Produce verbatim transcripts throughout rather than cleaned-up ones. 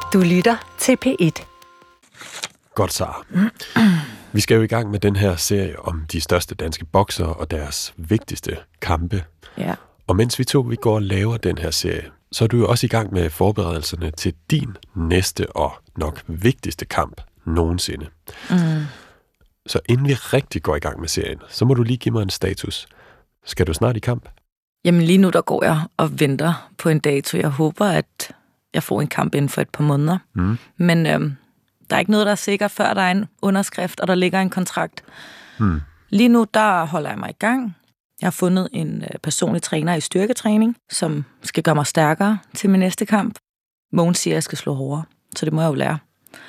Du lytter til P et. Godt, Sara. Vi skal jo i gang med den her serie om de største danske boksere og deres vigtigste kampe. Ja. Og mens vi to vi går og laver den her serie, så er du jo også i gang med forberedelserne til din næste og nok vigtigste kamp nogensinde. Mm. Så inden vi rigtig går i gang med serien, så må du lige give mig en status. Skal du snart i kamp? Jamen lige nu der går jeg og venter på en dato. Jeg håber, at jeg får en kamp inden for et par måneder. Mm. Men øhm, der er ikke noget, der er sikkert, før der er en underskrift, og der ligger en kontrakt. Mm. Lige nu, der holder jeg mig i gang. Jeg har fundet en øh, personlig træner i styrketræning, som skal gøre mig stærkere til min næste kamp. Mogens siger, at jeg skal slå hårdere, så det må jeg jo lære.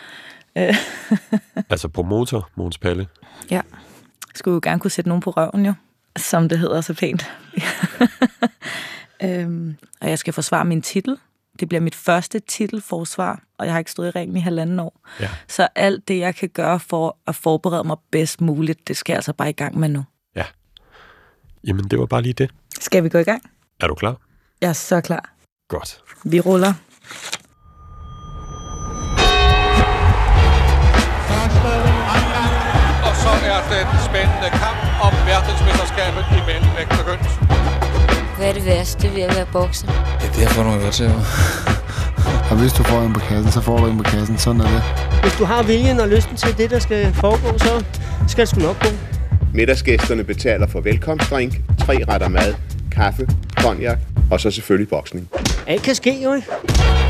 Altså promotor, Mogens Palle? Ja. Jeg skulle jo gerne kunne sætte nogen på røven, jo. Som det hedder så pænt. øhm, og jeg skal forsvare min titel. Det bliver mit første titelforsvar, og jeg har ikke stået i ringen i halvanden år. Ja. Så alt det, jeg kan gøre for at forberede mig bedst muligt, det skal jeg altså bare i gang med nu. Ja. Jamen, det var bare lige det. Skal vi gå i gang? Er du klar? Jeg er så klar. Godt. Vi ruller. Og så er den spændende kamp om verdensmesterskabet i mellemvægt begyndt. Hvad er det værste ved at være bokser? Ja, det er for nogle til. Og hvis du får en på kassen, så får du en på kassen. Sådan er det. Hvis du har viljen og lysten til det, der skal foregå, så skal det sgu nok gå. Middagsgæsterne betaler for velkomstdrink, tre retter mad, kaffe, cognac og så selvfølgelig boksning. Alt kan ske, jo ikke?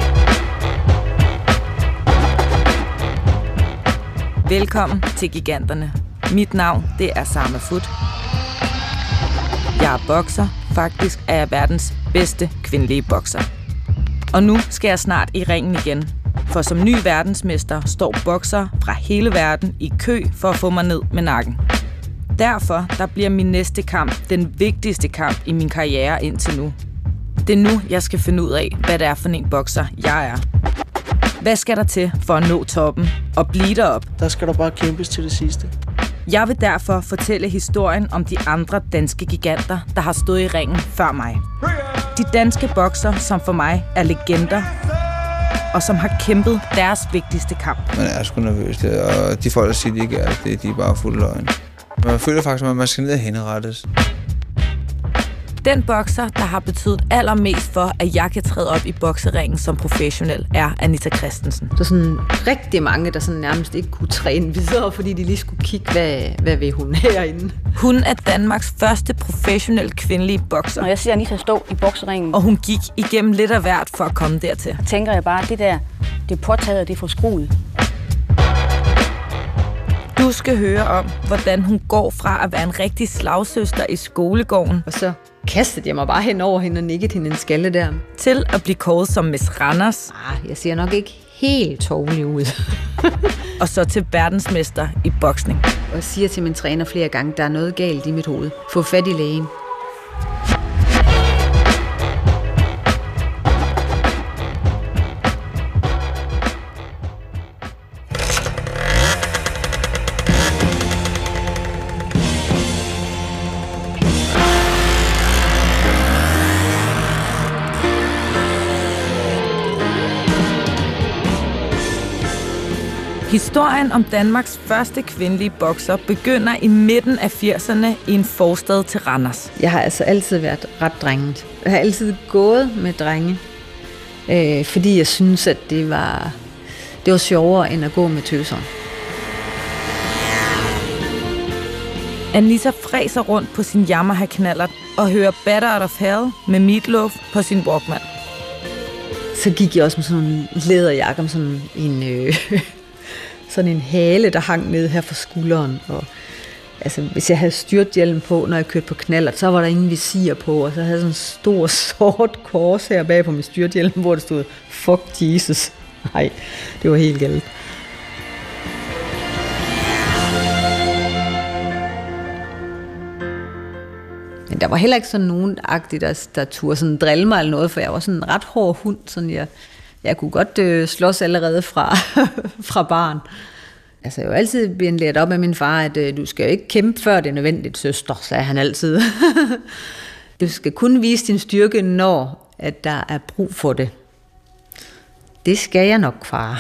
Velkommen til Giganterne. Mit navn, det er Sarma Foot. Jeg er bokser. Faktisk er jeg verdens bedste kvindelige bokser. Og nu skal jeg snart i ringen igen. For som ny verdensmester står bokser fra hele verden i kø for at få mig ned med nakken. Derfor der bliver min næste kamp den vigtigste kamp i min karriere indtil nu. Det er nu, jeg skal finde ud af, hvad det er for en bokser, jeg er. Hvad skal der til for at nå toppen og blive derop? Der skal der bare kæmpes til det sidste. Jeg vil derfor fortælle historien om de andre danske giganter, der har stået i ringen før mig. De danske bokser, som for mig er legender, og som har kæmpet deres vigtigste kamp. Man er sgu nervøs, det, og de folk, der siger, de ikke er det, de er bare fulde løgn. Man føler faktisk, at man skal ned og henrettes. Den bokser, der har betydet allermest for, at jeg kan træde op i bokseringen som professionel, er Anita Christensen. Der er sådan rigtig mange, der sådan nærmest ikke kunne træne videre, fordi de lige skulle kigge, hvad, hvad vil hun herinde. Hun er Danmarks første professionelle kvindelige bokser. Når jeg ser Anita stå i bokseringen, og hun gik igennem lidt af hvert for at komme dertil, tænker jeg bare, det der, det er påtaget, og det er forskruet. Du skal høre om, hvordan hun går fra at være en rigtig slagsøster i skolegården, og så kastede jeg mig bare hen over hende og nikkede hende en skalle der, til at blive kåret som Miss Randers. Ah, jeg ser nok ikke helt tovlig ud. Og så til verdensmester i boksning. Og jeg siger til min træner flere gange, der er noget galt i mit hoved. Få fat i lægen. Historien om Danmarks første kvindelige bokser begynder i midten af firserne i en forstad til Randers. Jeg har altså altid været ret drenget. Jeg har altid gået med drenge, øh, fordi jeg synes, at det var, det var sjovere end at gå med tøser. Anita fræser rundt på sin Yamaha-knallert og hører Better Out of Hell med Meatloaf på sin Walkman. Så gik jeg også med sådan en læderjakke om sådan en... Øh, sådan en hale, der hang ned her fra skulderen. Og, altså, hvis jeg havde styrthjelm på, når jeg kørte på knallert, så var der ingen visir på, og så havde jeg sådan en stor sort kors her bag på min styrthjelm, hvor det stod, fuck Jesus. Nej, det var helt galt. Men der var heller ikke sådan nogen-agtigt, der, der turde sådan drille mig eller noget, for jeg var sådan en ret hård hund, sådan jeg... Jeg kunne godt øh, slås allerede fra, fra barn. Altså, jeg var altid blevet lært op af min far, at øh, du skal jo ikke kæmpe, før det er nødvendigt, søster, sagde han altid. Du skal kun vise din styrke, når at der er brug for det. det skal jeg nok, far.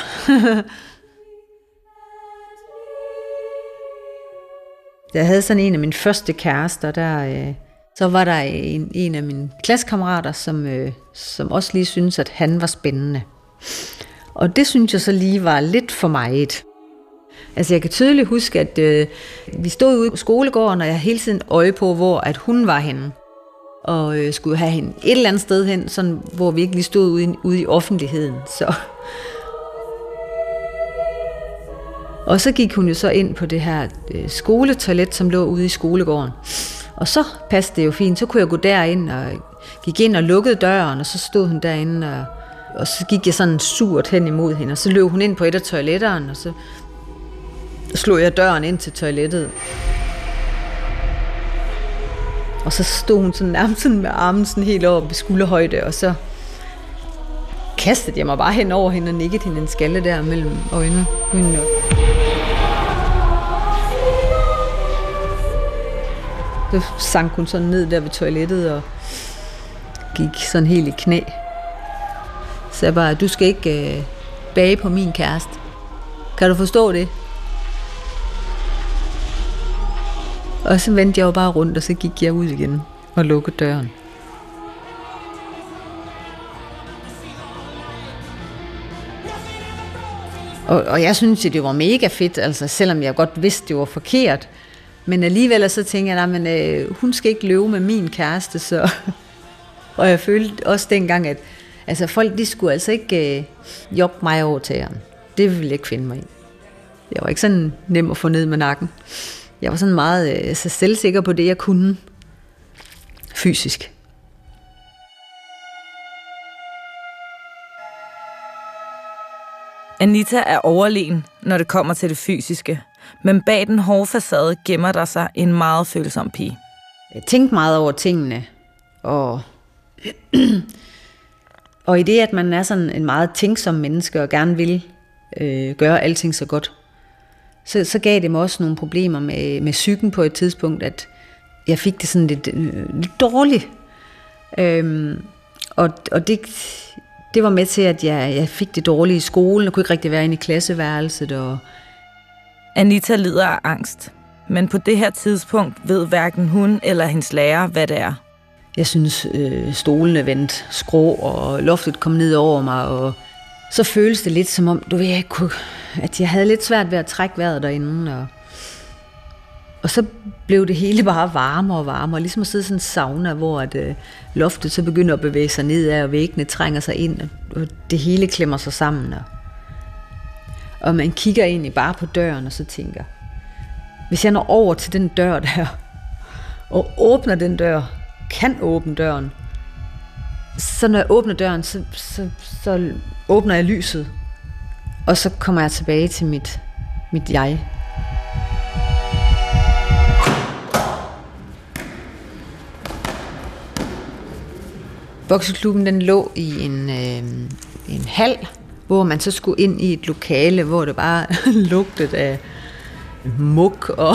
Jeg havde sådan en af mine første kærester, der, øh, så var der en, en af mine klassekammerater, som, øh, som også lige syntes, at han var spændende. Og det synes jeg så lige var lidt for meget. Altså jeg kan tydeligt huske, at øh, vi stod ude i skolegården, og jeg hele tiden øje på, hvor at hun var henne. Og øh, skulle have hende et eller andet sted hen, sådan, hvor vi ikke lige stod ude i, ude i offentligheden. Så. Og så gik hun jo så ind på det her øh, skoletoilet, som lå ude i skolegården. Og så passede det jo fint. Så kunne jeg gå derind og gik ind og lukkede døren, og så stod hun derinde. Og, og så gik jeg sådan surt hen imod hende, og så løb hun ind på et af toiletterne, og så slog jeg døren ind til toilettet. Og så stod hun sådan nærmest sådan med armen sådan helt over på skulderhøjde, og så kastede jeg mig bare hen over hende og nikkede hende en skalle der mellem øjnene. Så sank hun sådan ned der ved toilettet og gik sådan helt i knæ. Så jeg bare, du skal ikke øh, bage på min kæreste. Kan du forstå det? Og så vendte jeg jo bare rundt, og så gik jeg ud igen og lukkede døren. Og, og jeg synes, at det var mega fedt, altså selvom jeg godt vidste, det var forkert. Men alligevel så tænkte jeg, at øh, hun skal ikke løbe med min kæreste. Så. Og jeg følte også dengang, at altså, folk de skulle altså ikke øh, jogge mig over tæeren. Det ville jeg ikke finde mig i. Jeg var ikke sådan nem at få ned med nakken. Jeg var sådan meget øh, så selvsikker på det, jeg kunne fysisk. Anita er overlegen, når det kommer til det fysiske. Men bag den hårde facade gemmer der sig en meget følsom pige. Jeg tænkte meget over tingene. Og, og i det, at man er sådan en meget tænksom menneske og gerne vil øh, gøre alting så godt, så, så gav det mig også nogle problemer med, med psyken på et tidspunkt, at jeg fik det sådan lidt, lidt dårligt. Øhm, og og det, det var med til, at jeg, jeg fik det dårligt i skolen. Jeg kunne ikke rigtig være inde i klasseværelset. Og Anita lider af angst, men på det her tidspunkt ved hverken hun eller hendes lærer, hvad det er. Jeg synes, øh, stolene vendte skrå, og loftet kom ned over mig, og så føles det lidt som om, du ved, jeg kunne, at jeg havde lidt svært ved at trække vejret derinde. Og, og så blev det hele bare varmere og varmere, ligesom at sidde sådan en sauna, hvor at, øh, loftet så begynder at bevæge sig nedad, og væggene trænger sig ind, og det hele klemmer sig sammen. Og, og man kigger egentlig bare på døren, og så tænker, hvis jeg når over til den dør der, og åbner den dør, kan åbne døren, så når jeg åbner døren, så, så, så åbner jeg lyset, og så kommer jeg tilbage til mit, mit jeg. Bokseklubben den lå i en, øh, en hal, hvor man så skulle ind i et lokale, hvor det bare lugtede af muk og,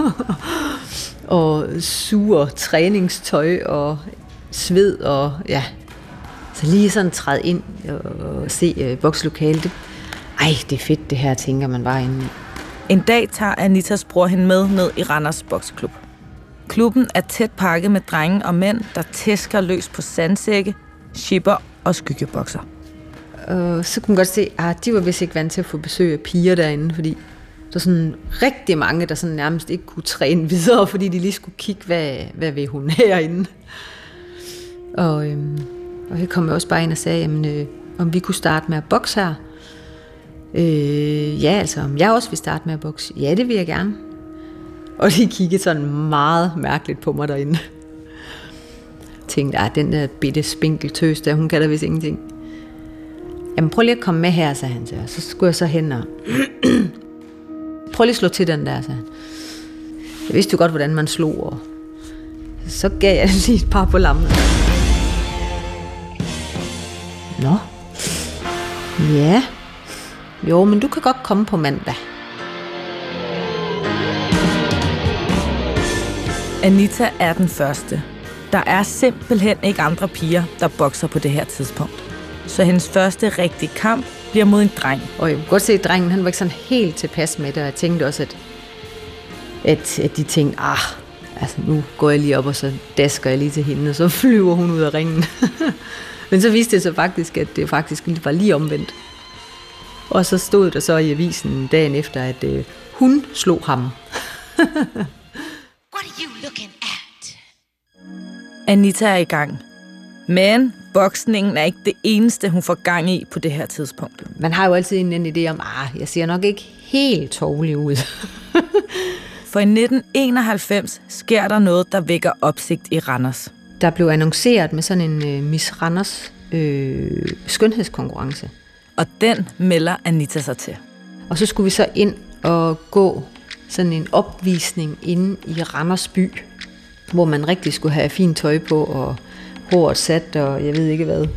og sur træningstøj og sved og ja. Så lige sådan træde ind og se øh, bokselokalet. Det, ej, det er fedt det her, tænker man bare inde i. En dag tager Anitas bror hende med ned i Randers Bokseklub. Klubben er tæt pakket med drenge og mænd, der tæsker løs på sandsække, shipper og skyggebokser. Og så kunne man godt se, at de var vist ikke vant til at få besøg af piger derinde, fordi der er sådan rigtig mange, der sådan nærmest ikke kunne træne videre, fordi de lige skulle kigge, hvad, hvad vil hun herinde. Og, øhm, og her kom jeg også bare ind og sagde, jamen, øh, om vi kunne starte med at bokse her. Øh, ja, altså, om jeg også vil starte med at bokse. Ja, det vil jeg gerne. Og de kiggede sådan meget mærkeligt på mig derinde. Jeg tænkte, at den der bitte spinkeltøs der, hun kan da vist ingenting. Jamen, prøv lige at komme med her, sagde han så. Så skulle jeg så hen og prøv lige at slå til den der, sagde han. Jeg vidste jo godt, hvordan man slog, og så gav jeg lige et par på lammen. Nå. Ja. Jo, men du kan godt komme på mandag. Anita er den første. Der er simpelthen ikke andre piger, der bokser på det her tidspunkt. Så hendes første rigtige kamp bliver mod en dreng. Og jeg kunne godt se, at drengen han var ikke sådan helt tilpas med det, og jeg tænkte også, at, at, at de tænkte, ah, altså nu går jeg lige op, og så dasker jeg lige til hende, og så flyver hun ud af ringen. Men så viste det sig faktisk, at det faktisk var lige omvendt. Og så stod der så i avisen dagen efter, at øh, hun slog ham. What are you looking at? Anita er i gang. Men boksningen er ikke det eneste, hun får gang i på det her tidspunkt. Man har jo altid en, en idé om, ah, jeg ser nok ikke helt tovlig ud. For i nitten enoghalvfems sker der noget, der vækker opsigt i Randers. Der blev annonceret med sådan en øh, Miss Randers øh, skønhedskonkurrence. Og den melder Anita sig til. Og så skulle vi så ind og gå sådan en opvisning inde i Randers by, hvor man rigtig skulle have fint tøj på og håret sat og jeg ved ikke hvad.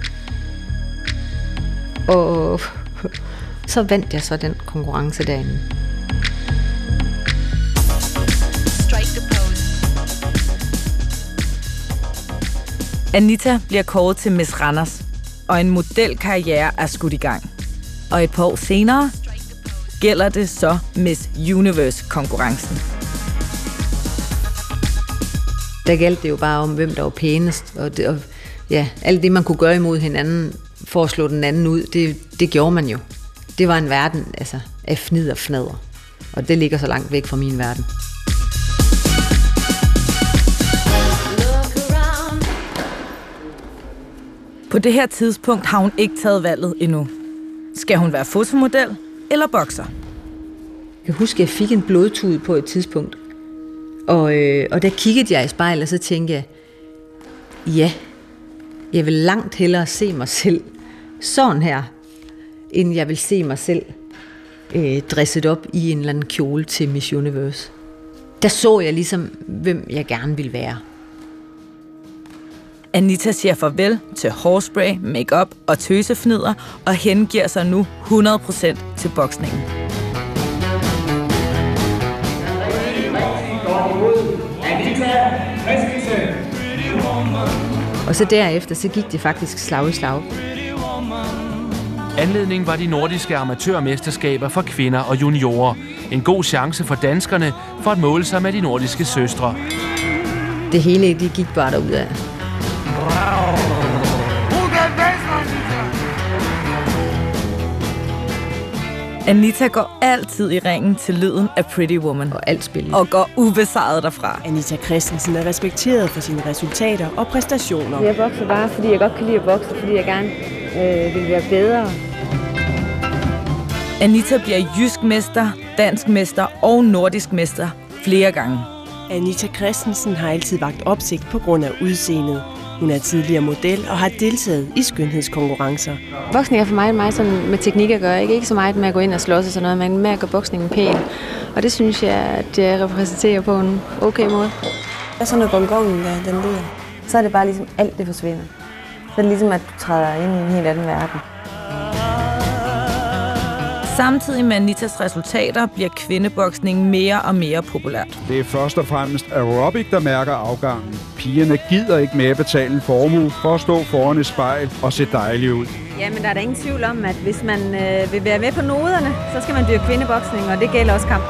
Og så vandt jeg så den konkurrence derinde. Anita bliver kåret til Miss Randers, og en modelkarriere er skudt i gang. Og et par år senere gælder det så Miss Universe-konkurrencen. Der galt det jo bare om, hvem der var pænest, og, det, og ja, alt det, man kunne gøre imod hinanden for at slå den anden ud, det, det gjorde man jo. Det var en verden altså, af fnid og fnader, og det ligger så langt væk fra min verden. På det her tidspunkt har hun ikke taget valget endnu. Skal hun være fotomodel eller bokser? Jeg kan huske, at jeg fik en blodtud på et tidspunkt. Og, øh, og der kiggede jeg i spejlet, og så tænkte jeg, ja, jeg vil langt hellere se mig selv sådan her, end jeg vil se mig selv øh, dresset op i en eller anden kjole til Miss Universe. Der så jeg ligesom, hvem jeg gerne ville være. Anita siger farvel til hårspray, makeup og tøsefnider og hengiver sig nu hundrede procent til boksningen. Og så derefter, så gik det faktisk slag i slag. Anledningen var de nordiske amatørmesterskaber for kvinder og juniorer. En god chance for danskerne for at måle sig med de nordiske søstre. Det hele det gik bare derudad. Anita går altid i ringen til lyden af Pretty Woman. Og alt spillet. Og går ubesejret derfra. Anita Christensen er respekteret for sine resultater og præstationer. Jeg bokser bare, fordi jeg godt kan lide at bokse, fordi jeg gerne øh, vil være bedre. Anita bliver jysk mester, dansk mester og nordisk mester flere gange. Anita Christensen har altid vakt opsigt på grund af udseendet. Hun er tidligere model og har deltaget i skønhedskonkurrencer. Boksning er for mig meget sådan med teknik at gøre. Ikke, ikke så meget med at gå ind og slås og sådan noget, men med at gøre boksningen pæn. Og det synes jeg, at jeg repræsenterer på en okay måde. Hvad så når gongongen der, den lyder? Så er det bare ligesom alt det forsvinder. Så er det ligesom, at du træder ind i en helt anden verden. Samtidig med Anitas resultater bliver kvindeboksning mere og mere populært. Det er først og fremmest aerobic, der mærker afgangen. Pigerne gider ikke mere betale en formue for at stå foran et spejl og se dejlig ud. Jamen, der er der ingen tvivl om, at hvis man øh, vil være med på noderne, så skal man dyrke kvindeboksning, og det gælder også kamp.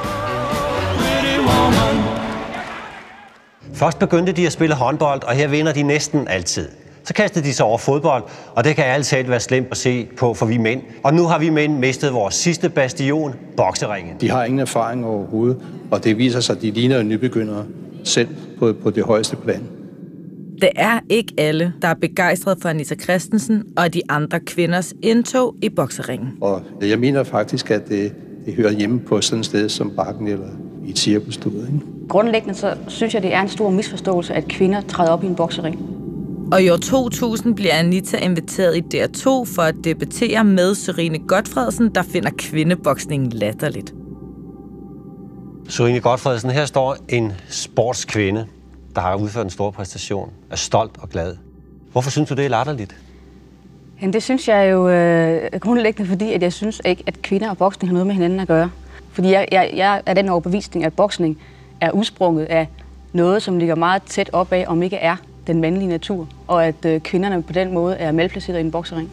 Først begyndte de at spille håndbold, og her vinder de næsten altid. Så kastede de sig over fodbold, og det kan altid talt være slemt at se på for vi mænd. Og nu har vi mænd mistet vores sidste bastion, bokseringen. De har ingen erfaring overhovedet, og det viser sig, at de ligner nybegyndere selv på, på det højeste plan. Det er ikke alle, der er begejstret for Anita Christensen og de andre kvinders indtog i bokseringen. Og jeg mener faktisk, at det, det hører hjemme på sådan et sted som Bakken eller i et cirkusstue. Ikke? Grundlæggende så synes jeg, det er en stor misforståelse, at kvinder træder op i en boksering. Og i år to tusind bliver Anita inviteret i D R to for at debattere med Sørine Gotfredsen, der finder kvindeboksningen latterligt. Sørine Gotfredsen, her står en sportskvinde, der har udført en stor præstation, er stolt og glad. Hvorfor synes du, det er latterligt? Jamen, det synes jeg jo øh, grundlæggende, fordi at jeg synes ikke, at kvinder og boksning har noget med hinanden at gøre. Fordi jeg, jeg, jeg er den overbevisning, at boksning er udsprunget af noget, som ligger meget tæt op af, om ikke er den mandlige natur, og at øh, kvinderne på den måde er malplaceret i en boksering.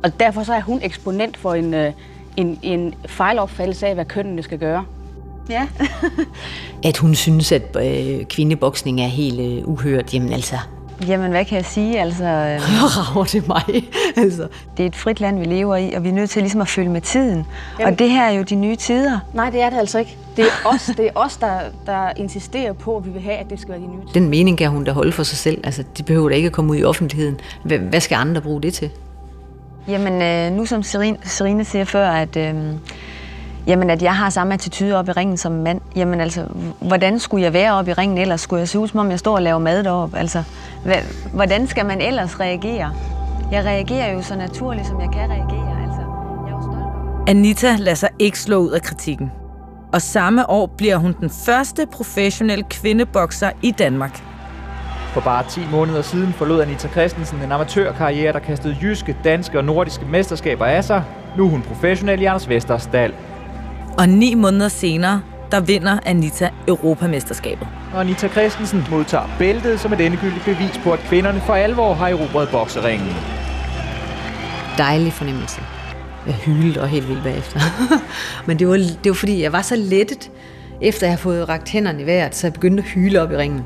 Og derfor så er hun eksponent for en, en, en fejlopfattelse af, hvad kønnene skal gøre. Ja. At hun synes, at øh, kvindeboksning er helt øh, uhørt, jamen altså... Jamen, hvad kan jeg sige? Altså, øh, rager det mig? altså. Det er et frit land, vi lever i, og vi er nødt til ligesom at følge med tiden. Jamen. Og det her er jo de nye tider. Nej, det er det altså ikke. Det er os, det er os der, der insisterer på, at vi vil have, at det skal være de nye tider. Den mening kan hun da holde for sig selv. Altså, de behøver da ikke at komme ud i offentligheden. Hvad skal andre bruge det til? Jamen, øh, nu som Serine, Serine siger før, at... Øh, Jamen, at jeg har samme attitude op i ringen som mand. Jamen altså, hvordan skulle jeg være op i ringen ellers? Skulle jeg se ud, som om jeg står og laver mad deroppe? Altså, hvordan skal man ellers reagere? Jeg reagerer jo så naturligt, som jeg kan reagere. Altså, jeg er jo stolt. Anita lader sig ikke slå ud af kritikken. Og samme år bliver hun den første professionelle kvindebokser i Danmark. For bare ti måneder siden forlod Anita Christensen en amatørkarriere, der kastede jyske, danske og nordiske mesterskaber af sig. Nu er hun professionel i Anders Vesters stald. Og ni måneder senere, der vinder Anita Europamesterskabet. Og Anita Christensen modtager bæltet som et endegyldigt bevis på, at kvinderne for alvor har erobret bokseringen. Dejlig fornemmelse. Jeg hylede og helt vildt bagefter. Men det var, det var fordi, jeg var så lettet, efter jeg havde fået rakt hænderne i vejret, så jeg begyndte at hyle op i ringen.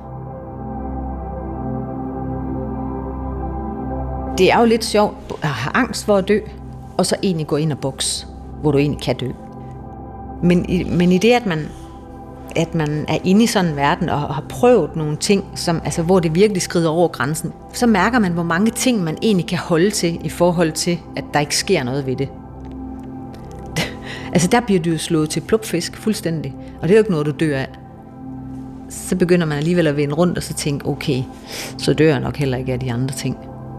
Det er jo lidt sjovt at have angst for at dø, og så egentlig gå ind og bokse, hvor du egentlig kan dø. Men i, men i det, at man, at man er inde i sådan en verden og har prøvet nogle ting, som, altså, hvor det virkelig skrider over grænsen, så mærker man, hvor mange ting man egentlig kan holde til i forhold til, at der ikke sker noget ved det. Altså der bliver du jo slået til plupfisk fuldstændig, og det er jo ikke noget, du dør af. Så begynder man alligevel at vende rundt og så tænke, okay, så dør jeg nok heller ikke af de andre ting.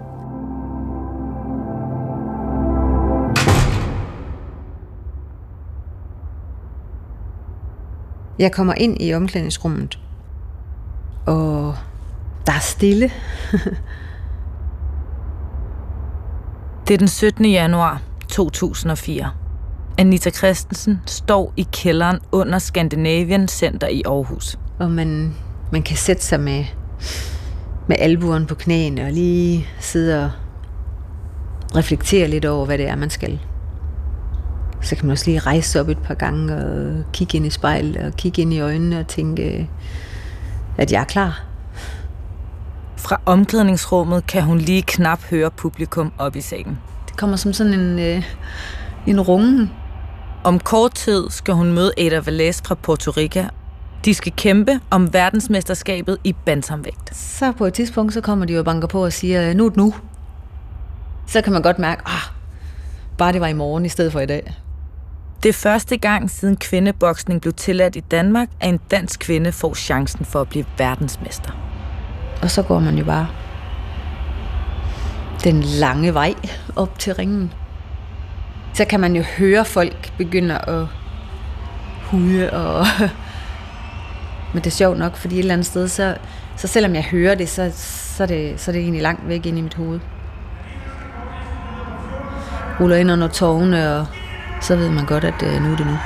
Jeg kommer ind i omklædningsrummet, og der er stille. Det er den syttende januar to tusind og fire. Anita Christensen står i kælderen under Scandinavian Center i Aarhus. Og man, man kan sætte sig med, med albuerne på knæene og lige sidde og reflektere lidt over, hvad det er, man skal. Så kan man også lige rejse op et par gange og kigge ind i spejlet og kigge ind i øjnene og tænke, at jeg er klar. Fra omklædningsrummet kan hun lige knap høre publikum op i salen. Det kommer som sådan en, øh, en rungen. Om kort tid skal hun møde Ada Velez fra Puerto Rico. De skal kæmpe om verdensmesterskabet i bantamvægt. Så på et tidspunkt så kommer de jo og banker på og siger, nu er det nu. Så kan man godt mærke, ah, bare det var i morgen i stedet for i dag. Det er første gang siden kvindeboksning blev tilladt i Danmark, at en dansk kvinde får chancen for at blive verdensmester. Og så går man jo bare den lange vej op til ringen. Så kan man jo høre folk begynde at hude og... Men det er sjovt nok, fordi et eller andet sted, så, så selvom jeg hører det, så, så, er det, så er det egentlig langt væk ind i mit hoved. Ruller ind under tårne, og så ved man godt, at øh, nu er det nu.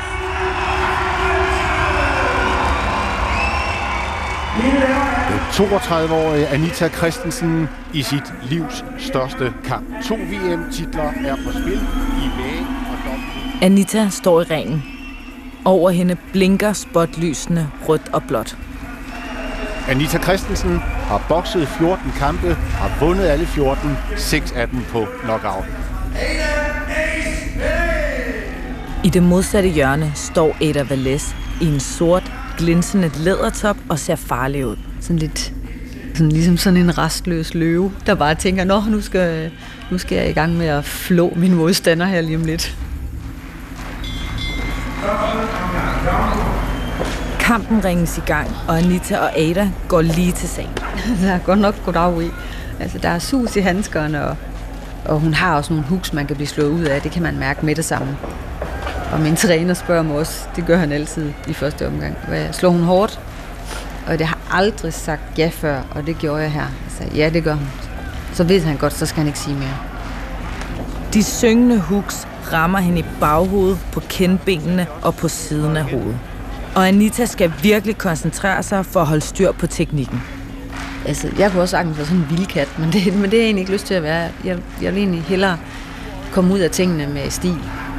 Den toogtredive-årige Anita Christensen i sit livs største kamp. To V M-titler er på spil i væg og dobbelt. Anita står i ringen. Over hende blinker spotlysene rødt og blåt. Anita Christensen har bokset fjorten kampe, har vundet alle fjorten, seks af dem på knockout. I det modsatte hjørne står Ada Velez i en sort, glinsende lædertop og ser farlig ud. Sådan lidt, sådan ligesom sådan en rastløs løve, der bare tænker, nå, nu skal, nu skal jeg i gang med at flå min modstander her lige om lidt. Kampen ringes i gang, og Anita og Ada går lige til sagen. Der er godt nok goddag i. Altså, der er sus i handskerne, og, og hun har også nogle hooks, man kan blive slået ud af. Det kan man mærke med det samme. Og min træner spørger mig også, det gør han altid i første omgang. Slår hun hårdt? Og det har aldrig sagt ja før, og det gjorde jeg her. Jeg sagde, ja, det gør hun. Så ved han godt, så skal han ikke sige mere. De syngende hooks rammer hende i baghovedet, på kindbenene og på siden af hovedet. Og Anita skal virkelig koncentrere sig for at holde styr på teknikken. Altså, jeg kunne også sagtens være sådan en vildkat, men det, men det er jeg egentlig ikke lyst til at være. Jeg, jeg vil egentlig hellere komme ud af tingene med stil.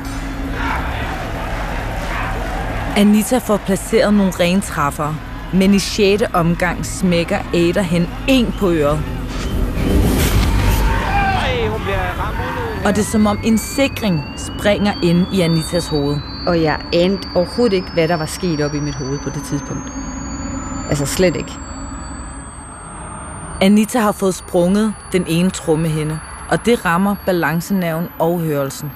Anita får placeret nogle rene træffere, men i sjette omgang smækker Ada hen en på øret. Og det er som om en sikring springer ind i Anitas hoved. Og jeg anede overhovedet ikke, hvad der var sket op i mit hoved på det tidspunkt. Altså slet ikke. Anita har fået sprunget den ene trommehinde, og det rammer balancenerven og hørelsen.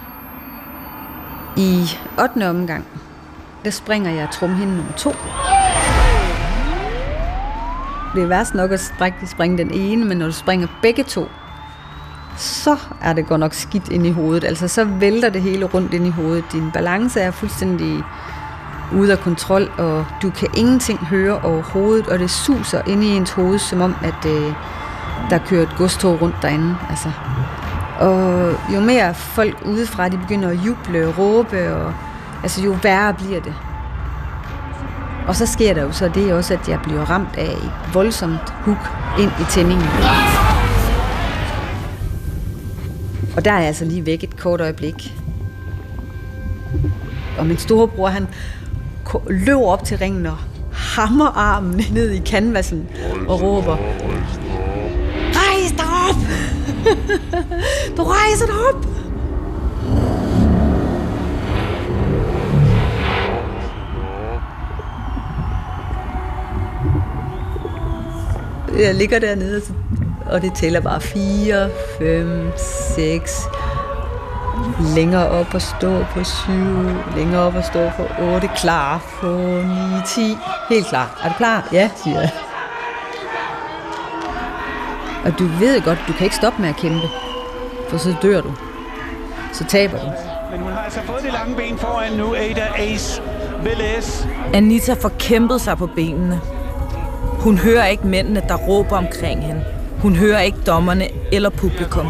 I ottende omgang, der springer jeg trommehinde nummer to. Det er værst nok at springe den ene, men når du springer begge to, så er det godt nok skidt ind i hovedet. Altså så vælter det hele rundt ind i hovedet. Din balance er fuldstændig ude af kontrol, og du kan ingenting høre overhovedet, og det suser ind i ens hoved, som om, at øh, der kører et godstog rundt derinde. Altså. Og jo mere folk udefra, de begynder at juble og råbe, og, altså, jo værre bliver det. Og så sker der jo så det også, at jeg bliver ramt af et voldsomt hug ind i tændingen. Og der er jeg altså lige væk et kort øjeblik. Og min storebror, han løber op til ringen og hammer armen ned i canvasen og råber: "Rejs dig op! Du rejser dig op!" Jeg ligger dernede, og det tæller bare fire, fem, seks. Længere op og stå på syv, længere op og stå på otte, klar på ni, ti. Helt klar. Er du klar? Ja, siger jeg. Og du ved godt, du kan ikke stoppe med at kæmpe, for så dør du. Så taber du. Men hun har altså fået det lange ben foran nu, Ada Ace Velez. Anita får kæmpet sig på benene. Hun hører ikke mændene, der råber omkring hende. Hun hører ikke dommerne eller publikum.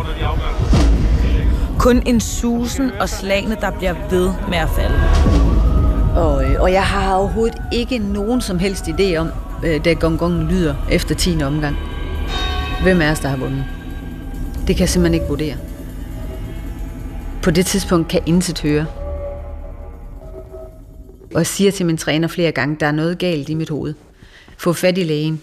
Kun en susen og slagene, der bliver ved med at falde. Og, og jeg har overhovedet ikke nogen som helst idé om, da gongongen lyder efter tiende omgang. Hvem er os, der har vundet? Det kan jeg simpelthen ikke vurdere. På det tidspunkt kan jeg intet høre. Og jeg siger til min træner flere gange, der er noget galt i mit hoved. Få fat i lægen.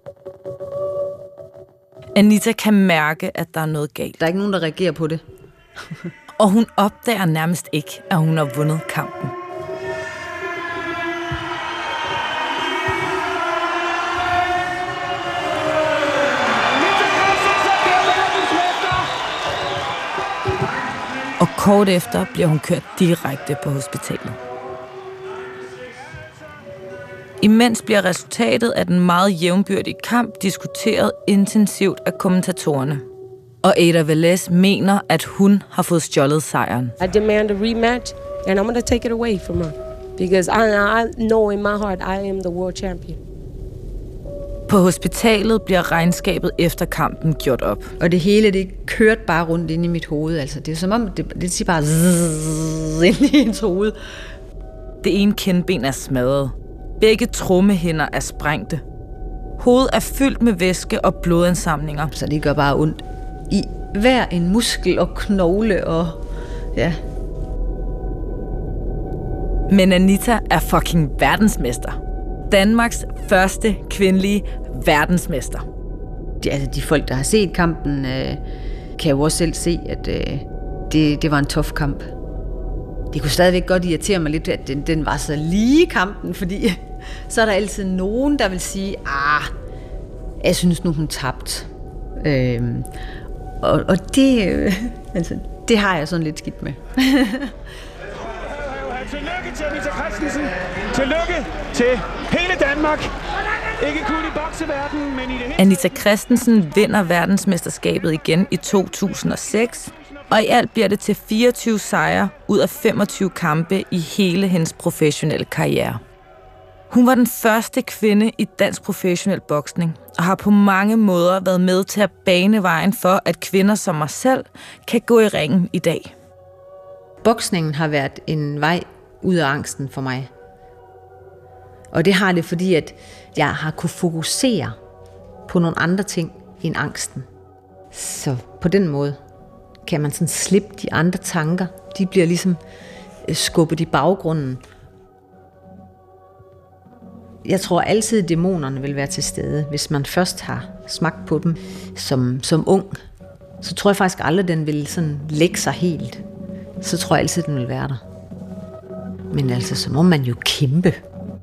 Anita kan mærke, at der er noget galt. Der er ikke nogen, der reagerer på det. Og hun opdager nærmest ikke, at hun har vundet kampen. Og kort efter bliver hun kørt direkte på hospitalet. Imens bliver resultatet af den meget jævnbyrdige kamp diskuteret intensivt af kommentatorerne. Og Ada Velez mener, at hun har fået stjålet sejren. I demand a rematch, and I'm going to take it away from her. Because I, I know in my heart, I am the world champion. På hospitalet bliver regnskabet efter kampen gjort op. Og det hele, det kørte bare rundt ind i mit hoved. Altså, det er som om, det, det siger bare zzz, ind i ens hoved. Det ene kindben er smadret. Begge trommehinder er sprængte. Hovedet er fyldt med væske og blodansamlinger. Så det gør bare ondt i hver en muskel og knogle og ja. Men Anita er fucking verdensmester. Danmarks første kvindelige verdensmester. De, altså de folk, der har set kampen, øh, kan jo også selv se, at øh, det, det var en tough kamp. Det kunne stadigvæk godt irritere mig lidt, at den, den var så lige kampen, fordi så er der altid nogen, der vil sige, ah, jeg synes nu, hun tabte. Øhm, og, og det, øh, altså, det har jeg sådan lidt skidt med. Tillykke til Anita Christensen. Tillykke til hele Danmark. Ikke kun i bokseverdenen, men i det hele... Anita Christensen vinder verdensmesterskabet igen i to tusind og seks, og i alt bliver det til fireogtyve sejre ud af femogtyve kampe i hele hendes professionelle karriere. Hun var den første kvinde i dansk professionel boksning, og har på mange måder været med til at bane vejen for, at kvinder som mig selv kan gå i ringen i dag. Boksningen har været en vej ud af angsten for mig. Og det har det, fordi at jeg har kunne fokusere på nogle andre ting end angsten. Så på den måde, kan man sådan slippe de andre tanker. De bliver ligesom skubbet i baggrunden. Jeg tror altid, at dæmonerne vil være til stede. Hvis man først har smagt på dem som, som ung, så tror jeg faktisk aldrig, den vil sådan lægge sig helt. Så tror jeg altid, den vil være der. Men altså, så må man jo kæmpe.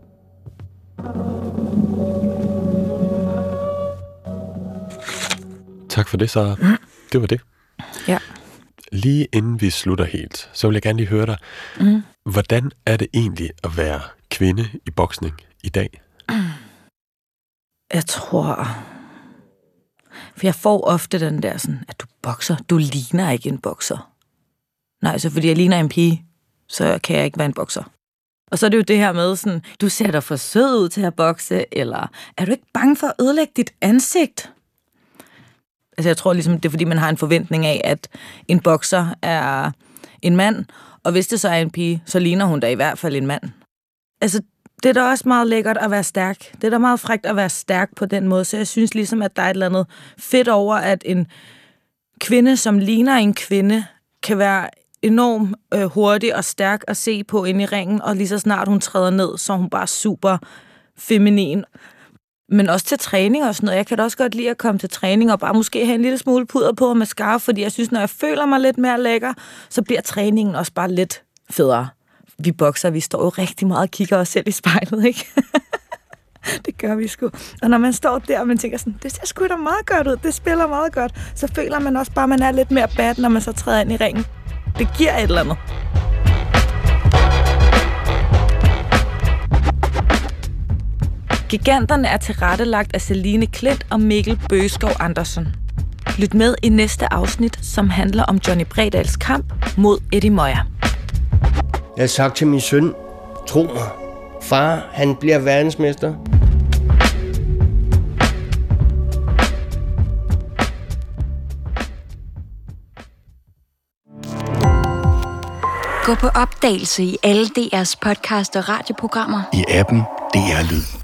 Tak for det, Sara. Det var det. Ja. Lige inden vi slutter helt, så vil jeg gerne lige høre dig. Mm. Hvordan er det egentlig at være kvinde i boksning i dag? Jeg tror... For jeg får ofte den der sådan, at du bokser. Du ligner ikke en bokser. Nej, så fordi jeg ligner en pige, så kan jeg ikke være en bokser. Og så er det jo det her med sådan, du ser dig for sød ud til at bokse, eller er du ikke bange for at ødelægge dit ansigt? Altså jeg tror ligesom, det er fordi, man har en forventning af, at en bokser er en mand, og hvis det så er en pige, så ligner hun da i hvert fald en mand. Altså, det er da også meget lækkert at være stærk. Det er da meget frækt at være stærk på den måde, så jeg synes ligesom, at der er et eller andet fedt over, at en kvinde, som ligner en kvinde, kan være enormt øh, hurtig og stærk at se på inde i ringen, og lige så snart hun træder ned, så er hun bare super feminin. Men også til træning og sådan noget. Jeg kan da også godt lide at komme til træning og bare måske have en lille smule puder på og mascara, fordi jeg synes, når jeg føler mig lidt mere lækker, så bliver træningen også bare lidt federe. Vi bokser, vi står jo rigtig meget og kigger os selv i spejlet, ikke? Det gør vi sgu. Og når man står der, og man tænker sådan, det ser sgu da meget godt ud, det spiller meget godt, så føler man også bare, at man er lidt mere bad, når man så træder ind i ringen. Det giver et eller andet. Giganterne er tilrettelagt af Celine Klint og Mikkel Bøgeskov Andersen. Lyt med i næste afsnit, som handler om Johnny Bredals kamp mod Eddie Moya. Jeg har sagt til min søn, tro mig, far, han bliver verdensmester. Gå på opdagelse i alle D R's podcast og radioprogrammer. I appen D R Lyd.